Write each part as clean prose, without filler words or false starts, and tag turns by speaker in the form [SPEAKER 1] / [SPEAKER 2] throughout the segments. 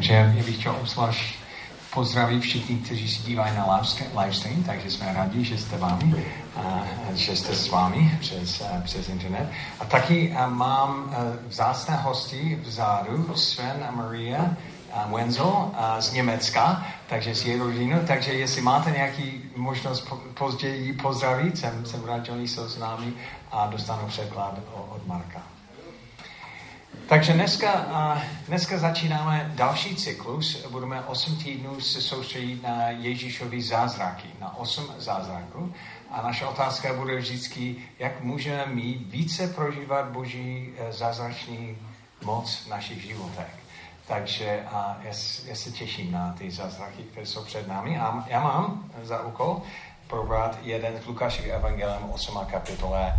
[SPEAKER 1] Takže já bych chtěl obzvlášť pozdravit všichni, kteří se dívají na livestream, takže jsme rádi, že jste vámi, že jste s vámi přes internet. A taky mám vzácné hosti vzadu, Sven a Maria Wenzel z Německa, z její rodiny, takže jestli máte nějaký možnost později pozdravit, jsem rád, že oni jsou s námi a dostanou překlad od Marka. Takže dneska začínáme další cyklus. Budeme 8 týdnů se soustředit na Ježíšovy zázraky, na 8 zázraků. A naše otázka bude vždycky, jak můžeme mít více prožívat Boží zázračný moc v našich životech. Takže já se těším na ty zázraky, které jsou před námi. A já mám za úkol probrat jeden z Lukášových evangeliem 8. kapitole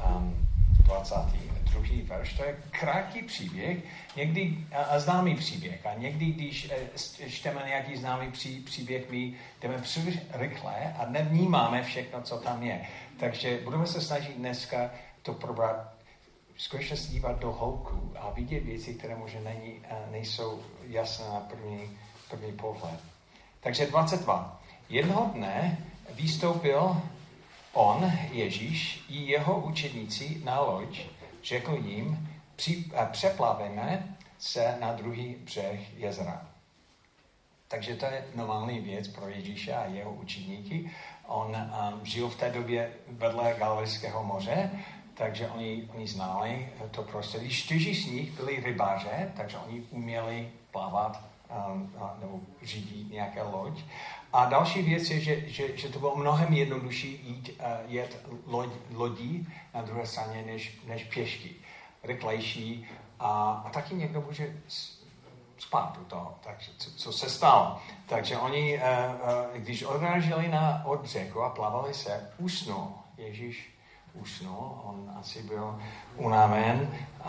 [SPEAKER 1] 22. verš. To je krátký příběh, někdy a známý příběh. A někdy, když čteme nějaký známý příběh, my jdeme příliš rychle a nevnímáme všechno, co tam je. Takže budeme se snažit dneska to probrat, skutečně se dívat do hloubky a vidět věci, které možná nejsou jasné na první pohled. Takže 22. Jednoho dne vystoupil on, Ježíš, i jeho učedníci na loď, řekl jim, přeplaveme se na druhý břeh jezera. Takže to je normální věc pro Ježíše a jeho učedníky. On žil v té době vedle Galilejského moře, takže oni znali to prostředí. 4 z nich byli rybáře, takže oni uměli plavat nebo řídit nějaké loď. A další věc je, že to bylo mnohem jednodušší jet lodí na druhé straně než pěšky. Rychlejší a taky někdo může spát u toho. Takže co se stalo? Takže oni, když odráželi od břehu a plavali se, usnul. Ježíš usnul, on asi byl unaven.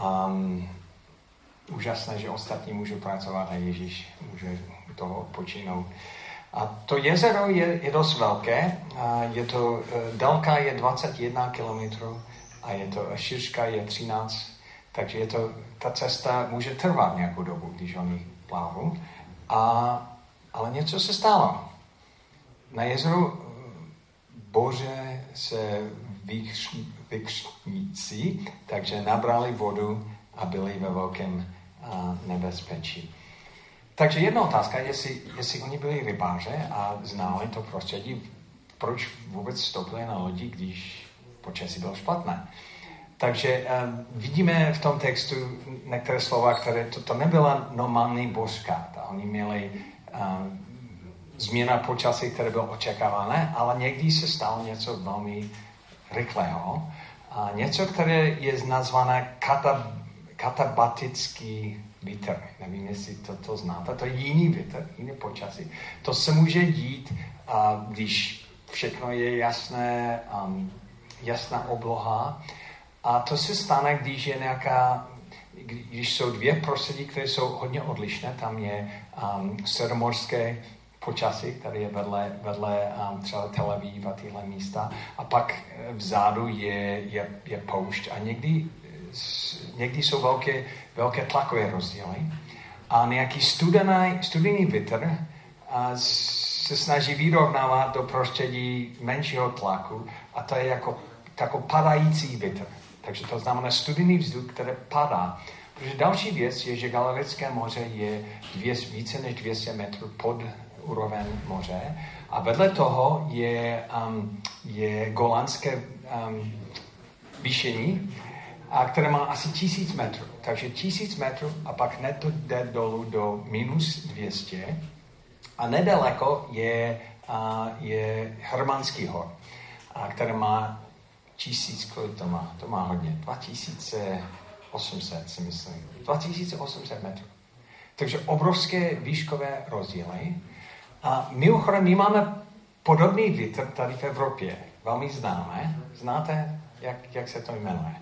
[SPEAKER 1] Úžasné, že ostatní můžou pracovat a Ježíš může toho odpočinout. A to jezero je dost velké, délka je 21 kilometrů a šířka je 13, takže ta cesta může trvat nějakou dobu, když oni plavou. Ale něco se stalo. Na jezeru Bože se vykřníci, takže nabrali vodu a byli ve velkém nebezpečí. Takže jedna otázka, jestli oni byli rybáře a znali to prostředí, proč vůbec vstoupili na lodi, když počasí bylo špatné. Takže vidíme v tom textu některé slova, které to nebyla normální bouřka. Oni měli změna počasí, které bylo očekávané, ale někdy se stalo něco velmi rychlého. Něco, které je nazvané katabatický vítr. Nevím, jestli to znáte. To je jiný vítr, jiný počasí. To se může dít, když všechno je jasné, jasná obloha. A to se stane, když je když jsou dvě prostředí, které jsou hodně odlišné. Tam je středomorské počasí, které je vedle třeba Tel Aviv a tyhle místa. A pak vzadu je poušť. A někdy jsou velké tlakové rozdíly. A nějaký studený vítr se snaží vyrovnávat do prostředí menšího tlaku a to je jako takový padající vítr. Takže to znamená studený vzduch, který padá. Protože další věc je, že Galilejské moře je více než 200 metrů pod úroveň moře a vedle toho je Golanské výšení, které má asi 1000 metrů. Takže 1000 metrů a pak hned to jde dolů do -200. A nedaleko je Hermanský hor, které má 1000, kolik to má? To má hodně. 2800 si myslím. 2800 metrů. Takže obrovské výškové rozdíly. A mimochodem, my máme podobný vítr tady v Evropě. Velmi známe. Znáte, jak se to jmenuje?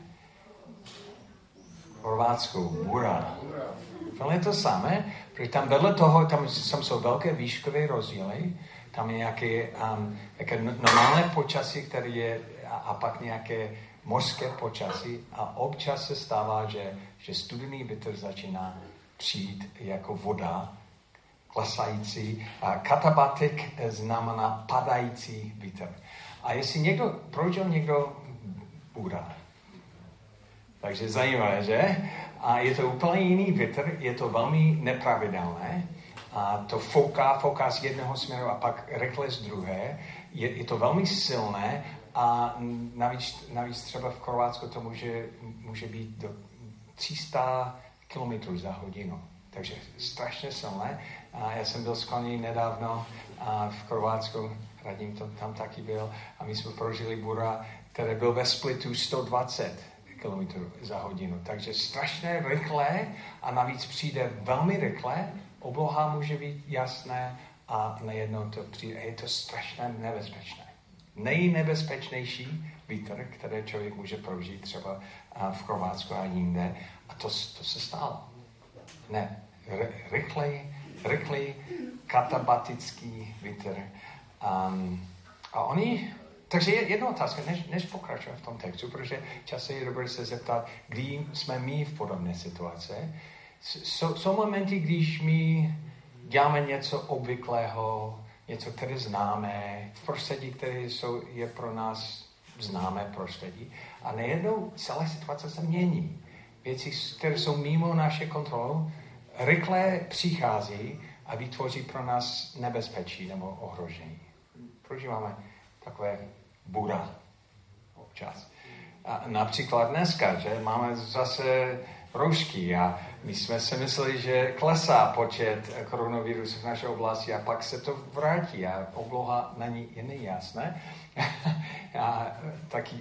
[SPEAKER 1] V Chorvatsku, Bura. To je to samé, protože tam vedle toho, tam jsou velké výškové rozdíly, tam je nějaké normální počasí, které je, a pak nějaké mořské počasí a občas se stává, že studený vítr začíná přijít jako voda klesající. Katabatik znamená padající vítr. A jestli prožil někdo bůra. Takže zajímavé, že? A je to úplně jiný vítr, je to velmi nepravidelné. A to fouká z jednoho směru a pak rychle z druhé. Je to velmi silné a navíc třeba v Chorvatsku to může být do 300 km za hodinu. Takže strašně silné. A já jsem byl skloněný nedávno v Chorvatsku, Radim tam taky byl, a my jsme prožili bura, který byl ve Splitu 120 km za hodinu. Takže strašně rychlé a navíc přijde velmi rychle, obloha může být jasné a najednou to přijde. Je to strašně nebezpečné. Nejnebezpečnější vítr, který člověk může prožít třeba v Chorvatsku a jinde. A to se stalo. Ne, rychlej katabatický vítr. Takže jedna otázka, než pokračujeme v tom textu, protože často je dobré se zeptat, kdy jsme my v podobné situaci. Jsou momenty, když my děláme něco obvyklého, něco, které známe, v prostředí, které je pro nás známé prostředí. A najednou celá situace se mění. Věci, které jsou mimo naše kontrolu, rychle přichází a vytvoří pro nás nebezpečí nebo ohrožení. Prožíváme takové bura občas. A například dneska, že máme zase roušky a my jsme si mysleli, že klesá počet koronavirusu v naší oblasti a pak se to vrátí a obloha není jasné. A taky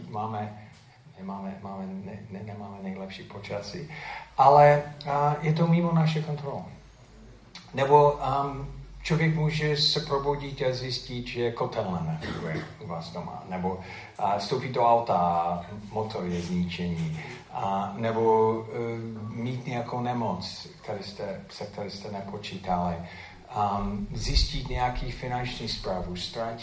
[SPEAKER 1] nemáme nejlepší počasí, ale je to mimo naše kontrolu. Nebo člověk může se probudit a zjistit, že kotelna nefunguje u vás doma, nebo vstoupit do auta a motor je zničený, nebo mít nějakou nemoc, se které jste nepočítali, zjistit nějaký finanční správu,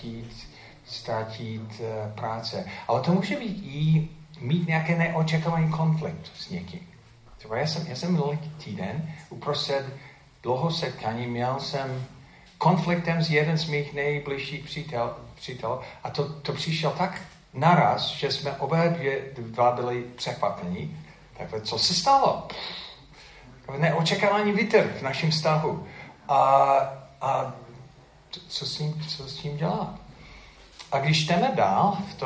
[SPEAKER 1] ztratit práce. Ale to může být i mít nějaký neočekávaný konflikt s někým. Třeba já jsem minulý týden uprostřed dlouho setkání měl jsem konfliktem s jeden z mých nejbližších přítel a to přišel tak naraz, že jsme dva byli překvapení. Tak co se stalo? Neočekávaný vítr v našem vztahu. A co s tím dělat? A když jdeme dál v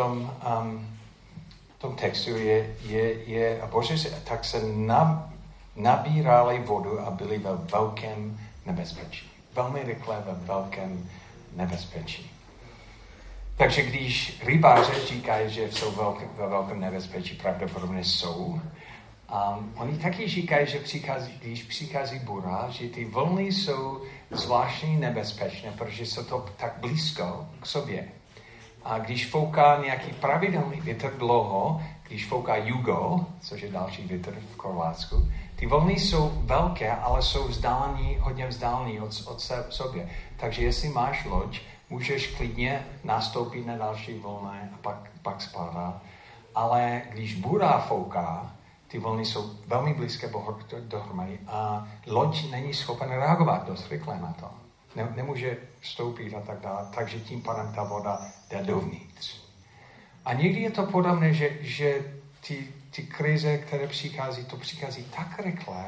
[SPEAKER 1] tom textu a Bože, tak se nabírali vodu a byli ve velkém nebezpečí. Velmi rychle ve velkém nebezpečí. Takže když rybáři říkají, že jsou ve velkém nebezpečí, pravděpodobně jsou, oni taky říkají, že když přichází bura, že ty vlny jsou zvláštně nebezpečné, protože jsou to tak blízko k sobě. A když fouká nějaký pravidelný vítr dlouho, když fouká jugo, což je další vítr v Chorvatsku, ty vlny jsou velké, ale jsou hodně vzdálený od sobě. Takže jestli máš loď, můžeš klidně nastoupit na další vlny a pak spadat. Ale když bura fouká, ty vlny jsou velmi blízké dohromady a loď není schopen reagovat dost rychle na to. Nemůže vstoupit a tak dále, takže tím pádem ta voda jde dovnitř. A někdy je to podobné, že ty krize, které přichází tak rychle,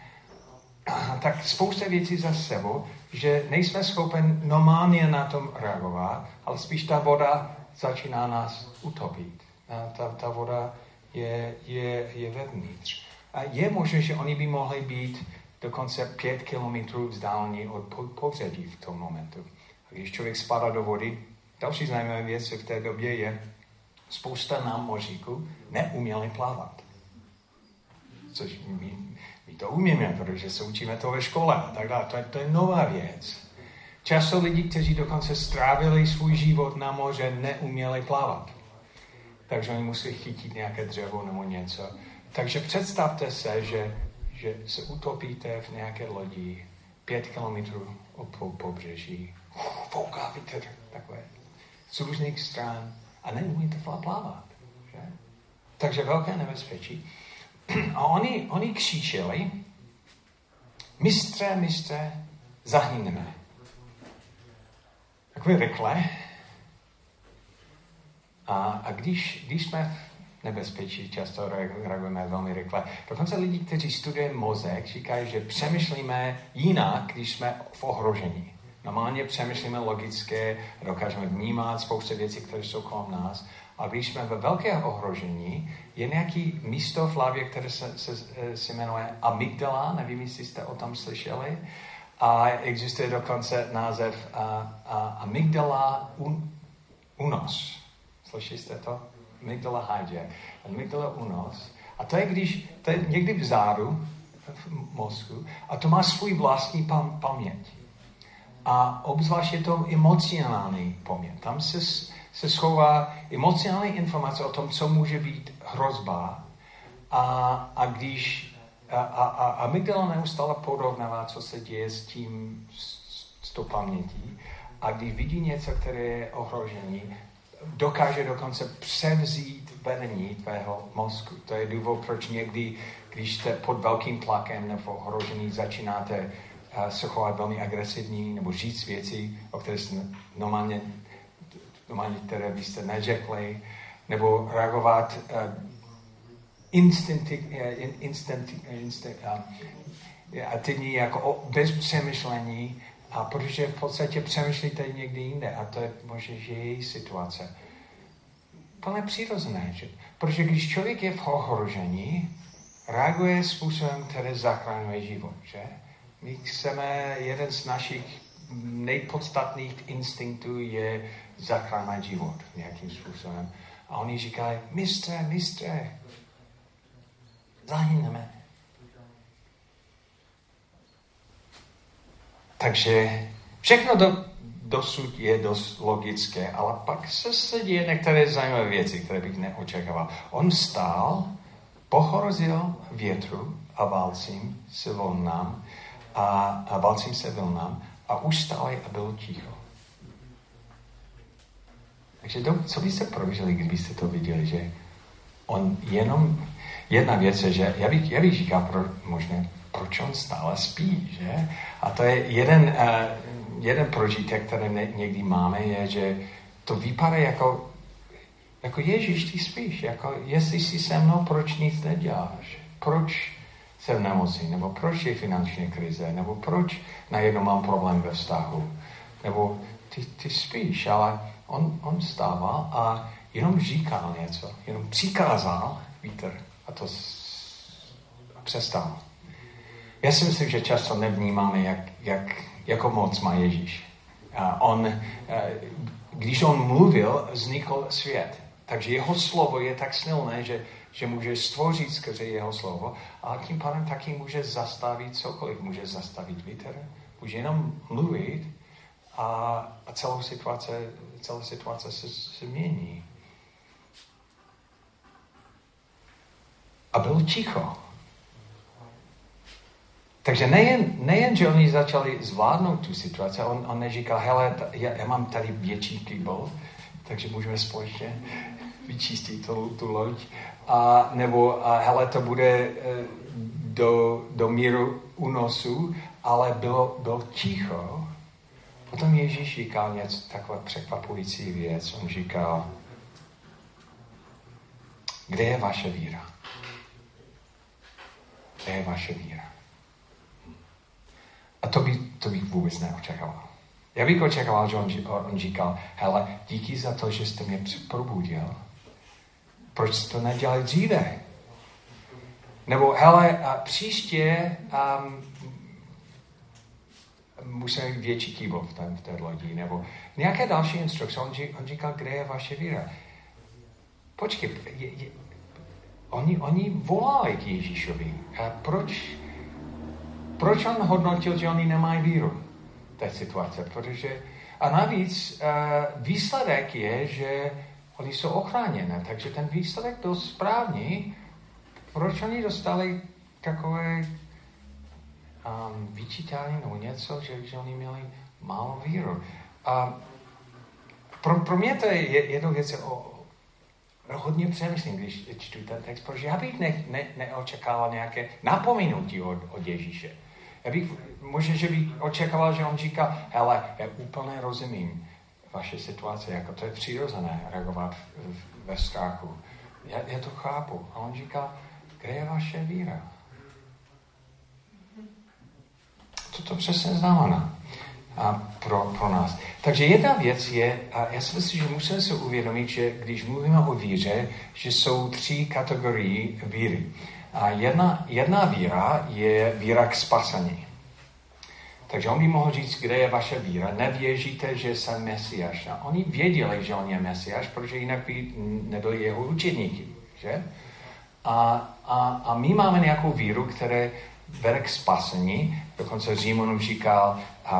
[SPEAKER 1] tak spousta věcí za sebou, že nejsme schopni normálně na tom reagovat, ale spíš ta voda začíná nás utopit. Ta voda je vevnitř. A je možné, že oni by mohli být dokonce 5 kilometrů vzdálení od pobřeží v tom momentu. A když člověk spadá do vody, další zajímavé věc v té době je, spousta námořníků neuměli plavat. Což my to umíme, protože se učíme to ve škole a tak dále. To je nová věc. Často lidi, kteří dokonce strávili svůj život na moře, neuměli plavat. Takže oni museli chytit nějaké dřevo nebo něco. Takže představte se, že se utopíte v nějaké lodi 5 kilometrů od pobřeží. Fouká vítr, takové. Z různých stran. A neumíte plávat. Že? Takže velké nebezpečí. A oni křičeli, mistře, zahyneme. Takové rychle. A když jsme v nebezpečí, často reagujeme velmi rychle. Dokonce lidi, kteří studují mozek, říkají, že přemýšlíme jinak, když jsme v ohrožení. Normálně přemýšlíme logicky, dokážeme vnímat spoustu věcí, které jsou kolem nás. A když jsme ve velkém ohrožení, je nějaký místo v hlavě, které se jmenuje amygdala, nevím, jestli jste o tom slyšeli. A existuje dokonce název amygdala unos. Slyšeli jste to? Amygdala hijack. Amygdala unos. A to je někdy vzadu v mozku a to má svůj vlastní paměť. A obzvlášť je to emocionální paměť. Tam se schová emocionální informace o tom, co může být hrozba. A když amygdala neustále porovnává, co se děje s tou pamětí. A když vidí něco, které je ohrožení, dokáže dokonce převzít vedení tvého mozku. To je důvod, proč někdy, když jste pod velkým tlakem nebo ohrožení, začínáte se chovat velmi agresivní nebo říct věci, o které jste normálně které byste neřekli, nebo reagovat instinktivní, jako bez přemýšlení, a protože v podstatě přemýšlíte někdy jinde, a to je možná, že její situace. Plně přirozené, že? Protože když člověk je v ohrožení, reaguje způsobem, který zachraňuje život, že? My chceme, jeden z našich nejpodstatných instinktů je zachránit život nějakým způsobem. A oni říkají, mistře, zahyneme. Takže všechno dosud je dost logické, ale pak se děje některé zajímavé věci, které bych neočekával. On stál, pohrozil větru a válcím se vlnám a ustál a bylo ticho. Takže co byste prožili, kdybyste to viděli, že on jenom, jedna věc je, že já bych říkal, proč on stále spí, že? A to je jeden prožitek, který někdy máme, je, že to vypadá jako Ježíš, ty spíš, jako jestli jsi se mnou, proč nic neděláš? Proč jsem nemocný? Nebo proč je finanční krize? Nebo proč najednou mám problém ve vztahu? Nebo ty spíš, ale on stával a jenom říkal něco, jenom přikázal vítr a to přestal. Já si myslím, že často nevnímáme, jako moc má Ježíš. Když on mluvil, vznikl svět. Takže jeho slovo je tak silné, že může stvořit skrze jeho slovo, ale tím pádem taky může zastavit cokoliv. Může zastavit vítr, může jenom mluvit a celá situace se mění. A bylo ticho. Takže nejen, že oni začali zvládnout tu situaci, on neříkal, hele, já mám tady větší kýbl, takže můžeme společně vyčistit tu loď. Nebo hele, to bude do míru únosu, ale bylo ticho. Potom Ježíš říkal něco takové překvapující věc. On říkal, kde je vaše víra? Kde je vaše víra? A to bych vůbec neočekával. Já bych očekával, že on říkal, hele, díky za to, že jste mě probudil. Proč jste to nedělali dříve? Nebo, hele, příště musíme mít větší kýbl v té lodi. Nebo nějaké další instrukce. On říkal, kde je vaše víra? Počkej, oni volali k Ježíšovi. Proč on hodnotil, že oni nemají víru v té situace? A navíc výsledek je, že oni jsou ochráněné, takže ten výsledek byl správný. Proč oni dostali takové vyčítání nebo něco, že oni měli málo víru? Pro mě to je jedna věc, hodně přemýšlím, když čtu ten text, protože já bych neočekával nějaké napomenutí od Ježíše. Možná, že bych očekával, že on říká, hele, já úplně rozumím vaše situace, jako to je přirozené reagovat ve strachu. Já to chápu. A on říká, kde je vaše víra? Co to přesně znamená pro nás? Takže jedna věc je, a já si myslím, že musíme si uvědomit, že když mluvíme o víře, že jsou 3 kategorie víry. A jedna víra je víra k spasení. Takže on by mohl říct, kde je vaše víra. Nevěříte, že jsem Mesiáš. A oni věděli, že on je Mesiáš, protože jinak by nebyli jeho učedníky. Že? A my máme nějakou víru, která vede k spasení. Dokonce Římanům říkal,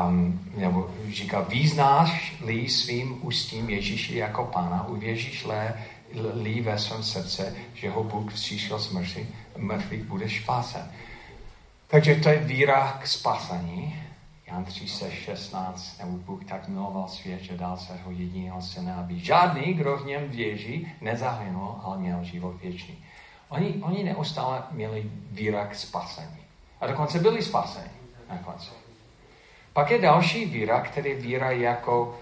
[SPEAKER 1] vyznáš-li svým ústím Ježíši jako Pána, uvěříš-li ve svém srdce, že ho Bůh vzkřísil z mrtvých, budeš spasen. Takže to je víra k spasení. Jan 3:16, nebo Bůh tak miloval svět, že dal svého jediného syna, aby žádný, kdo v něm věří, nezahynul, ale měl život věčný. Oni neustále měli víra k spasení. A dokonce byli spaseni na konci. Pak je další víra, která je víra jako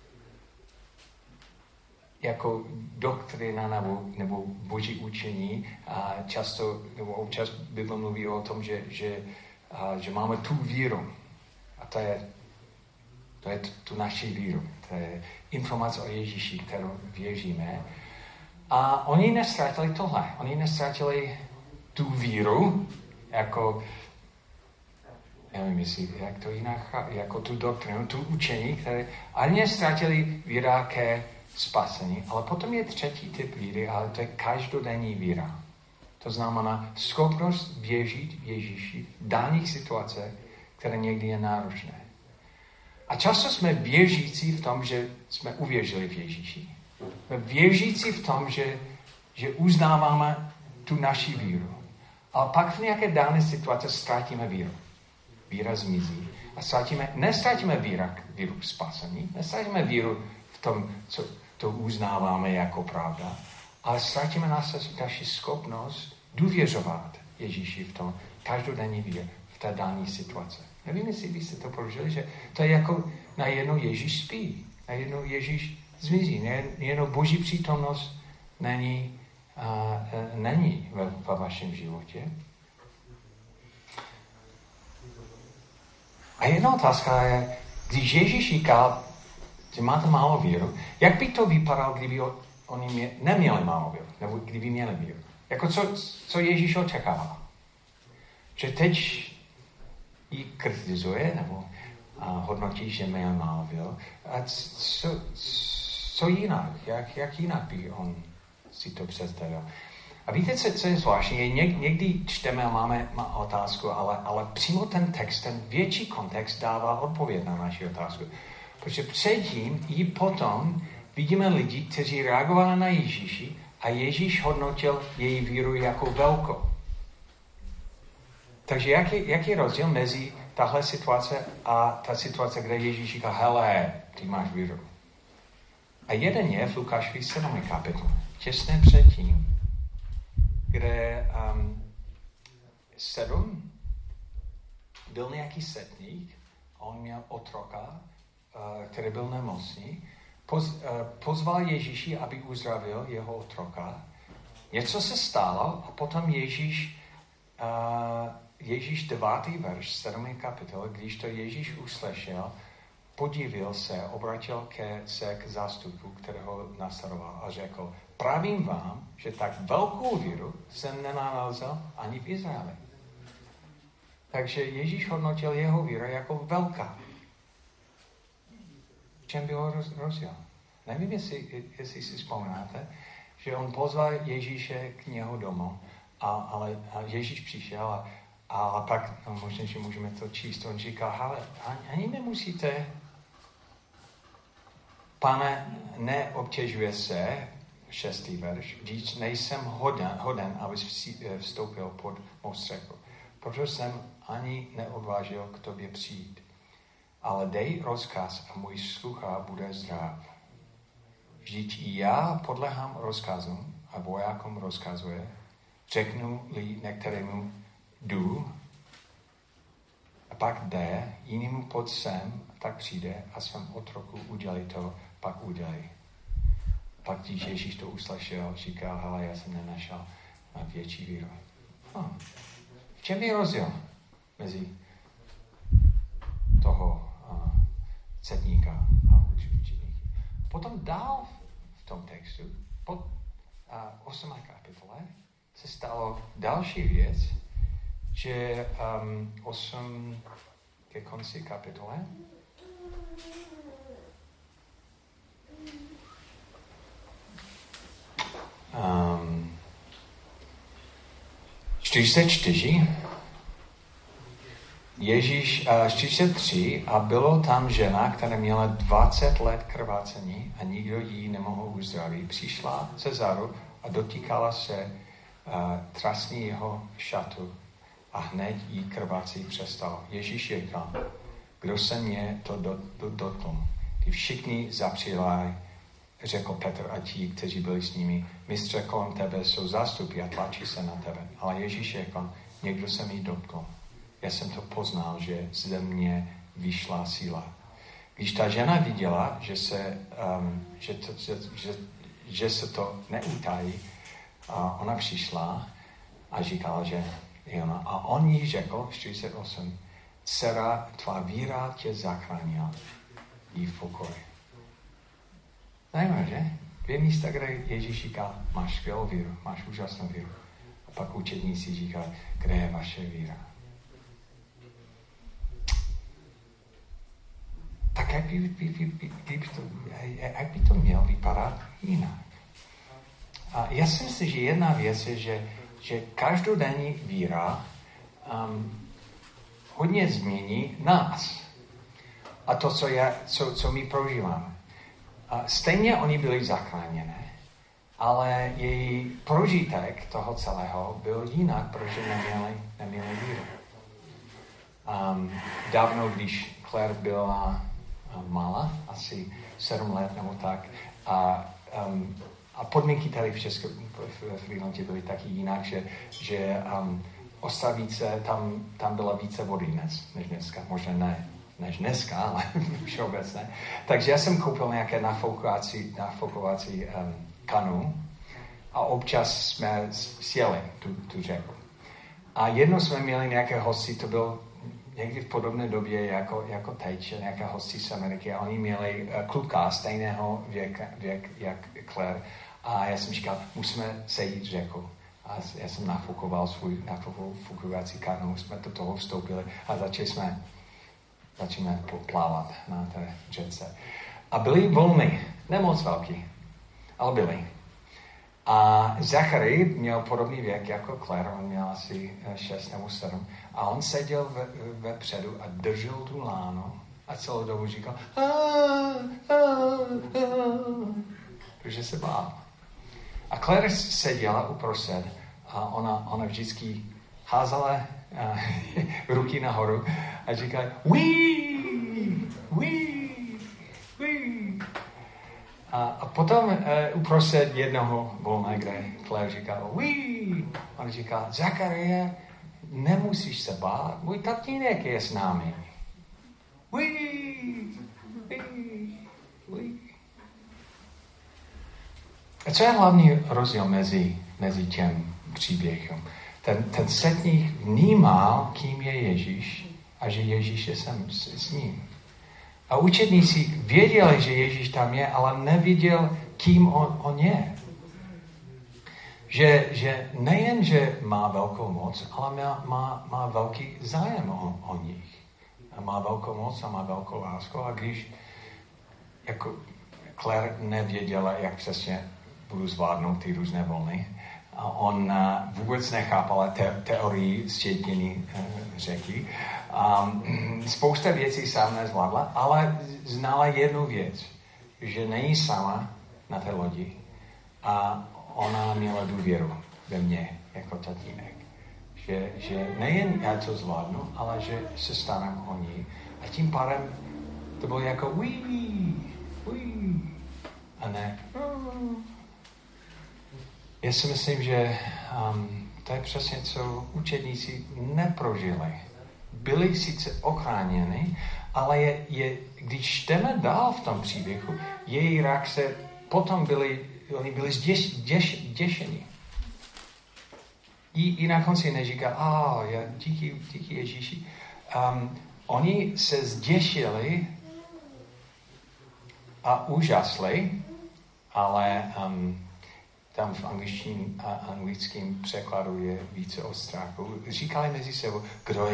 [SPEAKER 1] doktrina nebo boží učení. A často, nebo občas Bible mluví o tom, že máme tu víru. A to je tu naši víru. To je informace o Ježíši, kterou věříme. A oni nestratili tohle. Oni nestratili tu víru, jako, nevím, jak to jinak, jako tu doktrinu, tu učení, které, ani nestratili víra ke spasení. Ale potom je třetí typ víry, ale to je každodenní víra. To znamená schopnost věřit v Ježíši v daných situacích, které někdy je náročné. A často jsme věřící v tom, že jsme uvěřili v Ježíši. Jsme věřící v tom, že uznáváme tu naši víru. Ale pak v nějaké dané situaci ztratíme víru. Víra zmizí. A nestratíme víru k spasení, nestratíme víru v tom, co to uznáváme jako pravda, ale ztratíme naši schopnost důvěřovat Ježíši v tom každodenní víru, v té dané situaci. Nevím, jestli byste to prožili, že to je jako najednou Ježíš spí, najednou Ježíš zmizí, najednou Boží přítomnost není ve vašem životě. A jedna otázka je, když Ježíš říkal, že máte málo víru, jak by to vypadalo, kdyby oni neměli málo víru, nebo kdyby měli víru? Jako co Ježíš očekával? Že teď ji kritizuje, nebo hodnotí, že měl málo víru. A co jinak? Jak jinak by on si to představil? A víte, co je zvláštní? Někdy čteme a máme otázku, ale přímo ten text, ten větší kontext dává odpověď na naši otázku. Protože předtím i potom vidíme lidi, kteří reagovali na Ježíši a Ježíš hodnotil její víru jako velkou. Takže jaký je rozdíl mezi tahle situace a ta situace, kde Ježíš říká, hele, ty máš víru. A jeden je v Lukášovi 7. kapitole, těsně předtím, kde 7 byl nějaký setník, on měl otroka, který byl nemocný, pozval Ježíši, aby uzdravil jeho otroka. Něco se stalo a potom Ježíš 9. verš 7. kapitoly, když to Ježíš uslyšel, podívil se, obratil se k zástupu, kterého nasledoval a řekl, pravím vám, že tak velkou víru jsem nenalezl ani v Izraeli. Takže Ježíš hodnotil jeho víru jako velká. V čem byl rozdíl? Nevím, jestli si vzpomínáte, že on pozval Ježíše k něho domů, ale Ježíš přišel a pak, možná, že můžeme to číst, on říká, ale ani nemusíte, Pane, neobtěžuje se, 6. verš, když nejsem hoden, abys vstoupil pod mou střechu, protože jsem ani neodvážil k tobě přijít. Ale dej rozkaz a můj sluha bude zdrav. Vždyť i já podlehám rozkazům a vojákům rozkazuje, řeknu-li některému jdu. A pak jde, jinému pod sem, tak přijde a svém otroku udělej to, pak udělej. Pak když Ježíš to uslyšel, říkal, hele, já jsem nenašel větší víru. V čem je rozdíl mezi toho cetníka a učeníky? Potom dál v tom textu, pod 8. kapitole, se stalo další věc, že 8 ke konci kapitole 44 Ježíš 43 a bylo tam žena, která měla 20 let krvácení a nikdo jí nemohl uzdravit. Přišla Cezaru a dotýkala se trasní jeho šatu a hned jí krvácí přestalo. Ježíš říkal, kdo se mě to dotkl. Ty všichni zapřiláj, řekl Petr a ti, kteří byli s nimi. Mistře, kolem tebe jsou zástupy a tlačí se na tebe. Ale Ježíš řekl, někdo se mi dotkl. Já jsem to poznal, že ze mě vyšla síla. Když ta žena viděla, že se to neutají, ona přišla a říkala, že je ona. A on jí řekl, 48, dcera, tvá víra tě zachránila. Jí v pokoji. Zajímavé, že? 2 místa, kde Ježíš říká, máš skvělou víru, máš úžasnou víru. A pak učedníci říkají, kde je vaše víra? Tak jak by to mělo vypadat jinak? A já si myslím, že jedna věc je, že každodenní víra hodně změní nás. A to, co my prožíváme. A stejně oni byli zachráněni, ale její prožitek toho celého byl jinak, protože neměli víru. Dávno, když Claire byla malá, asi 7 let nebo tak, a podmínky tady v České Frýlandě byly taky jinak, že Ostravice, tam byla více vody než dneska, možná ne než dneska, ale všeobecně. Takže já jsem koupil nějaké nafoukovací kanu a občas jsme sjeli tu řeku. A jednou jsme měli nějaké hosty, to byl někdy v podobné době jako teď, nějaké hosty z Ameriky a oni měli kluka stejného věk jak Claire a já jsem říkal, musíme sejít řeku. A já jsem nafoukoval svůj nafoukovací kanu, jsme do toho vstoupili a začíme plávat na té řece. A byli volní, nemoc velký, ale byli. A Zachary měl podobný věk jako Claire, on měl asi 6 nebo 7. A on seděl vepředu a držel tu lánu a celou dobu říkal protože se bál. A Claire seděla uprostřed a ona vždycky házala ruky nahoru a říkala a potom uprostřed jednoho volna, kde Claire říkala on říká, Zachary, nemusíš se bát, můj tatínek je s námi. A co je hlavní rozdíl mezi těm příběhem? Ten setník vnímal, kým je Ježíš a že Ježíš je s ním. A učedníci věděli, že Ježíš tam je, ale nevěděl, kým on je. Že nejen, že má velkou moc, ale má velký zájem o nich. A má velkou moc a má velkou lásku. A když jako Claire nevěděla, jak přesně budu zvládnout ty různé vlny, a on vůbec nechápal teorii stědění řeky. Spousta věcí sám nezvládla, ale znala jednu věc, že není sama na té lodi a ona měla důvěru ve mě jako tatínek. Že nejen já to zvládnu, ale že se starám o ní. A tím pádem to bylo jako a ne Já si myslím, že to je přesně, co učedníci neprožili byli sice ochráněni, ale když čteme dál v tom příběhu, její reakce potom oni byli děšení. I na konci neříká, díky Ježíši. Oni se zděšili a úžasli, ale tam v anglickém překladu je více o strachu. Říkali mezi sebou,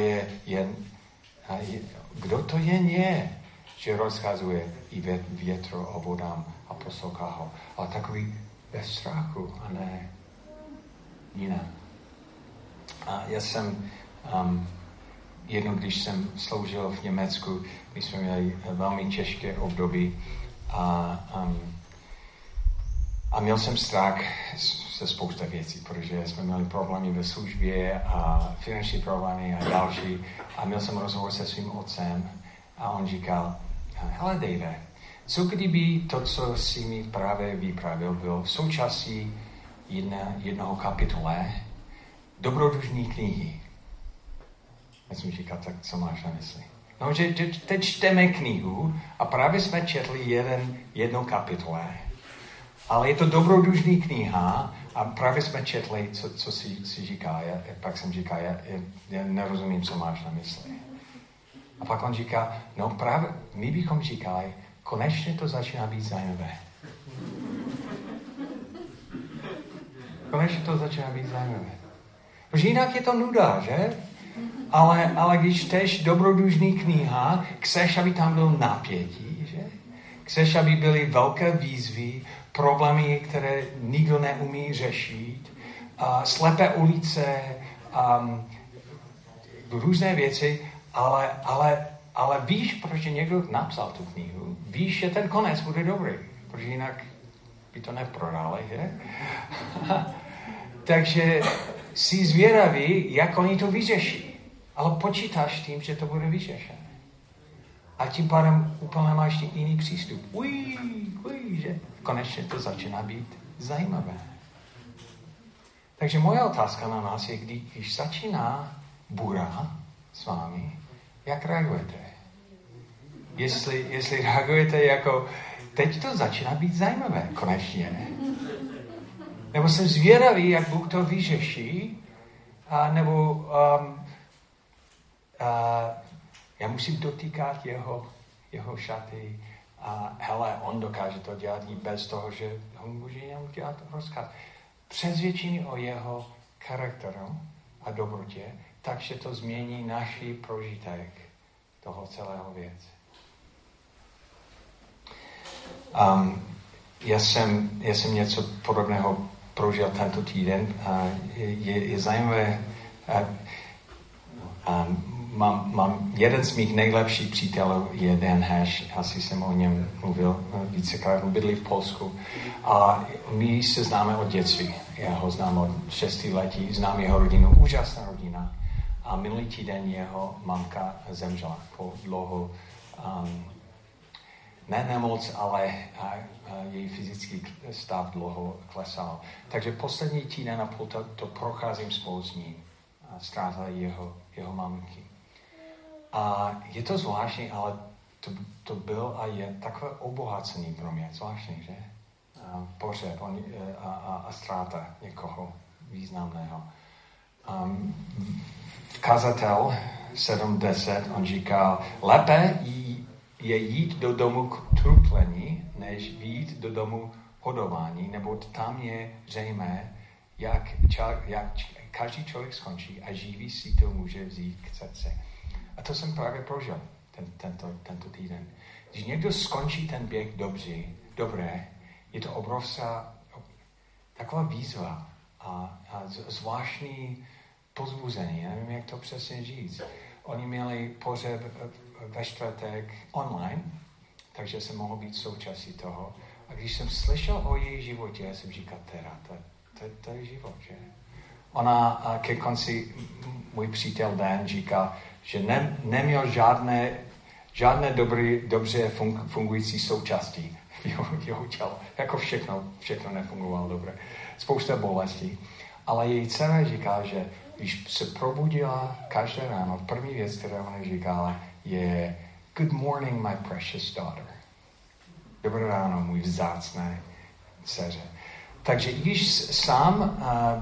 [SPEAKER 1] kdo to je, že rozkazuje i větru a vodám a poslouchá ho. Ale takový bez strachu a ne jinak. A já jsem jednou, když jsem sloužil v Německu, my jsme měli velmi těžké období a měl jsem strach se spousta věcí, protože jsme měli problémy ve službě a finanční problémy a další. A měl jsem rozhovor se svým otcem a on říkal, hele Dave, co kdyby to, co jsi mi právě vyprávěl, bylo součástí jednoho kapitole dobrodružné knihy. Já jsem říkal, tak co máš na mysli? No, že teď čteme knihu a právě jsme četli jedno kapitole, ale je to dobrodružný kniha a právě jsme četli, co si říká. Pak jsem říkal, já nerozumím, co máš na mysli. A pak on říká, no právě my bychom říkali, konečně to začíná být zajímavé. Konečně to začíná být zajímavé. Protože jinak je to nuda, že? Ale když čteš dobrodružný kniha, chceš, aby tam byl napětí, že? Chceš, aby byly velké výzvy, problémy, které nikdo neumí řešit, slepé ulice, různé věci, ale víš, proč někdo napsal tu knihu. Víš, že ten konec bude dobrý, protože jinak by to neprodali, že? Takže jsi zvědavý, jak oni to vyřeší. Ale počítáš tím, že to bude vyřešené. A tím pádem úplně máš jiný přístup. Že konečně to začíná být zajímavé. Takže moje otázka na nás je, když začíná bura s vámi, jak reagujete? Jestli reagujete jako, teď to začíná být zajímavé, konečně. Nebo jsem zvědavý, jak Bůh to vyřeší, nebo já musím dotýkat jeho šaty a hele, on dokáže to dělat i bez toho, že on může jenom dělat rozkaz. Přesvědčení o jeho charakteru a dobrotě, takže to změní náš prožitek toho celého věce. Já jsem něco podobného prožil tento týden. Je zajímavé, mám jeden z mých nejlepších přítelů je Dan Hash, asi jsem o něm mluvil vícekrát, bydlí v Polsku a my se známe od dětství. Já ho znám od 6 letí, znám jeho rodinu, úžasná rodina a minulý týden jeho mamka zemřela po dlouho, ne nemoc, ale její fyzický stav dlouho klesal. Takže poslední týden a půl to procházím spolu s ním. Ztráta jeho mamky. A je to zvláštní, ale to byl a je takové obohacení pro mě. Zvláštní, že? Pohřeb a ztráta někoho významného. Kazatel 7:10, on říká, lépe je jít do domu k trutlení, než jít do domu hodování, nebo tam je zřejmé, jak každý člověk skončí a živý si to může vzít k srdci. A to jsem právě prožil tento týden. Když někdo skončí ten běh dobré, je to obrovská taková výzva a zvláštní pozbuzení. Já nevím, jak to přesně říct. Oni měli pohřeb ve čtvrtek online, takže jsem mohl být součástí toho. A když jsem slyšel o její životě, já jsem říkal, to je život, že? Ona ke konci, můj přítel Dan říká, že neměl žádné dobře fungující součástí jeho těla. Jako všechno nefungovalo dobře. Spousta bolestí. Ale její dcera říká, že když se probudila každé ráno, první věc, kterou ona říkala, je Good morning, my precious daughter. Dobré ráno, můj vzácné dceře. Takže i když sám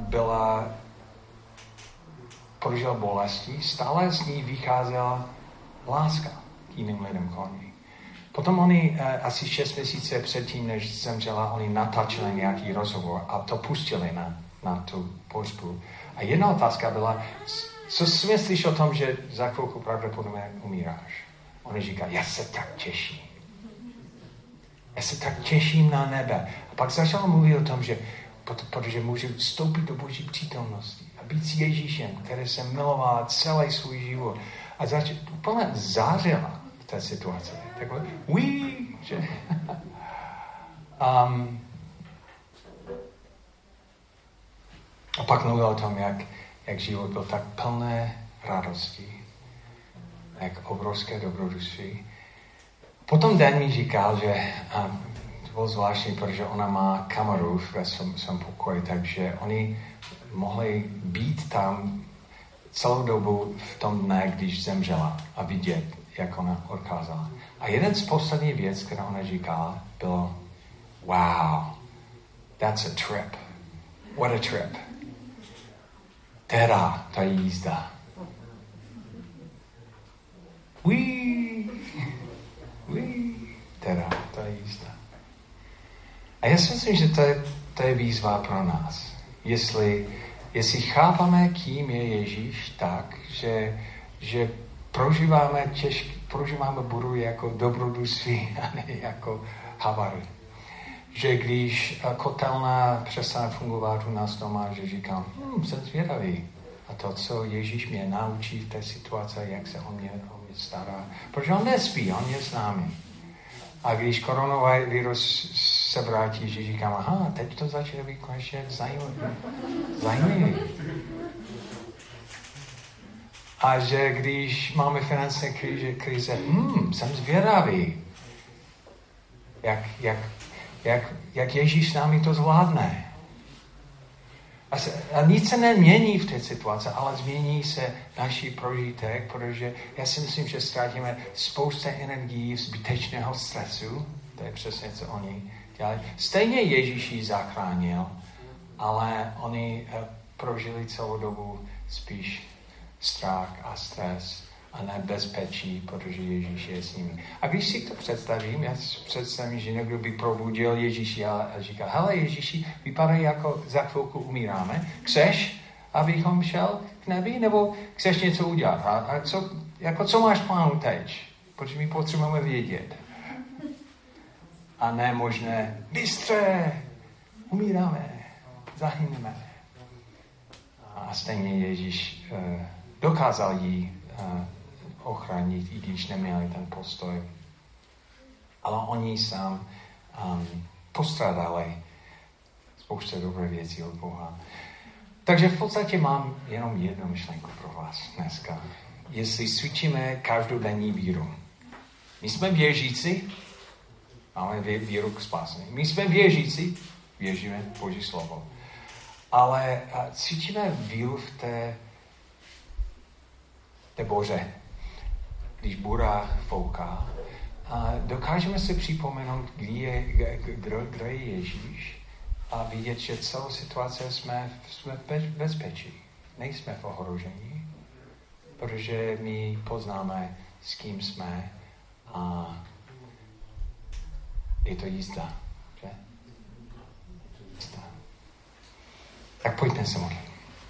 [SPEAKER 1] prožila bolesti, stále z ní vycházela láska k jiným lidem kolem. Potom oni asi 6 měsíců předtím, než zemřela, oni natáčeli nějaký rozhovor a to pustili na tu pohřbu. A jedna otázka byla, co si myslíš o tom, že za chvilku pravděpodobně umíráš? Oni říkají, já se tak těším. Já se tak těším na nebe. A pak začal mluvit o tom, že protože můžu vstoupit do Boží přítomnosti a být s Ježíšem, který se miloval celý svůj život. A úplně zářila v té situaci. Takhle, že... A pak mluvil o tom, jak život byl tak plné radosti, jak obrovské dobrodružství. Potom Den mi říkal, že to bylo zvláštní, protože ona má kameru ve svém pokoji, takže oni mohli být tam celou dobu v tom dne, když zemřela a vidět, jak ona odkázala. A jeden z posledních věc, která ona říkala, bylo wow, that's a trip. What a trip. Teda, ta jízda. Teda, ta jízda. A já si myslím, že to je výzva pro nás. Jestli chápeme, kým je Ježíš tak, že prožíváme budu jako dobrodružství a ne jako havary. Že když kotelna přestane fungovat u nás doma, že říkám, jsem zvědavý. A to, co Ježíš mě naučí v té situaci, jak se o mě stará. Protože on nespí, on je s námi. A když koronavirus se vrátí, že říkám, aha, teď to začne být konečně zajímavý. A že když máme finanční krize, jsem zvědavý, jak Ježíš s námi to zvládne. A nic se nemění v té situaci, ale změní se naší prožitek, protože já si myslím, že ztratíme spoustu energií, zbytečného stresu, to je přesně, co oni dělali. Stejně Ježíš ji zachránil, ale oni prožili celou dobu spíš strach a stres a nebezpečí, protože Ježíš je s nimi. A když si to představím, já si představím, že někdo by probudil Ježíši a říkal, hele Ježíši, vypadá jako za chvilku umíráme, chceš, abychom šel k nebi, nebo chceš něco udělat? A co máš plánu teď? Protože my potřebujeme vědět. A ne možné, bystře, umíráme, zahyneme. A stejně Ježíš dokázal jí ochránit, i když neměli ten postoj. Ale oni sám postradali spoustu dobré věcí od Boha. Takže v podstatě mám jenom jednu myšlenku pro vás dneska. Jestli cvičíme každodenní víru. My jsme věřící, máme víru k spásení. My jsme věřící, věříme v Boží slovo. Ale cvičíme víru v té boře, když bura fouká. A dokážeme si připomenout, kdo je Ježíš a vidět, že celou situaci jsme v bezpečí. Nejsme v ohrožení, protože my poznáme, s kým jsme a je to jízda. Že? Jízda. Tak pojďme se modlit.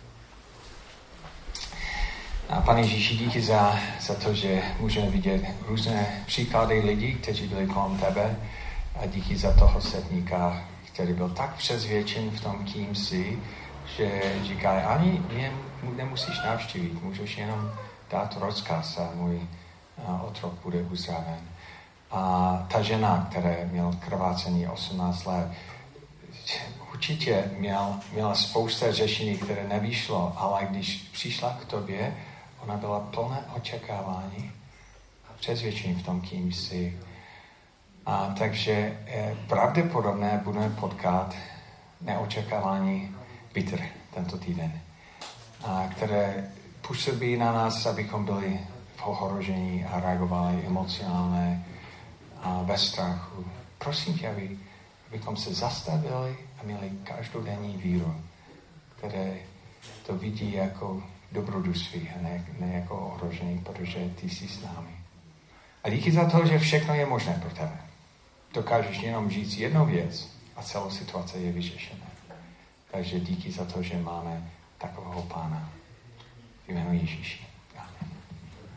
[SPEAKER 1] A Pane Ježíši, díky za to, že můžeme vidět různé příklady lidí, kteří byli kolem tebe a díky za toho setníka, který byl tak přesvědčen v tom, kým jsi, že říká, ani mě nemusíš navštívit, můžeš jenom dát rozkaz a můj otrok bude uzdraven. A ta žena, která měla krvácení 18 let, určitě měla spousta řešení, které nevyšlo, ale když přišla k tobě, ona byla plná očekávání a přesvědčení v tom, kým jsi. A takže pravděpodobně budeme potkat neočekávání vítr tento týden. které působí na nás, abychom byli v ohrožení a reagovali emocionálně a ve strachu. Prosím tě, abychom se zastavili a měli každodenní víru, které to vidí jako dobrodružství a ne jako ohrožení, protože ty jsi s námi. A díky za to, že všechno je možné pro tebe. Dokážeš jenom říct jednu věc a celou situace je vyřešená. Takže díky za to, že máme takového Pána. V jménu Ježíši.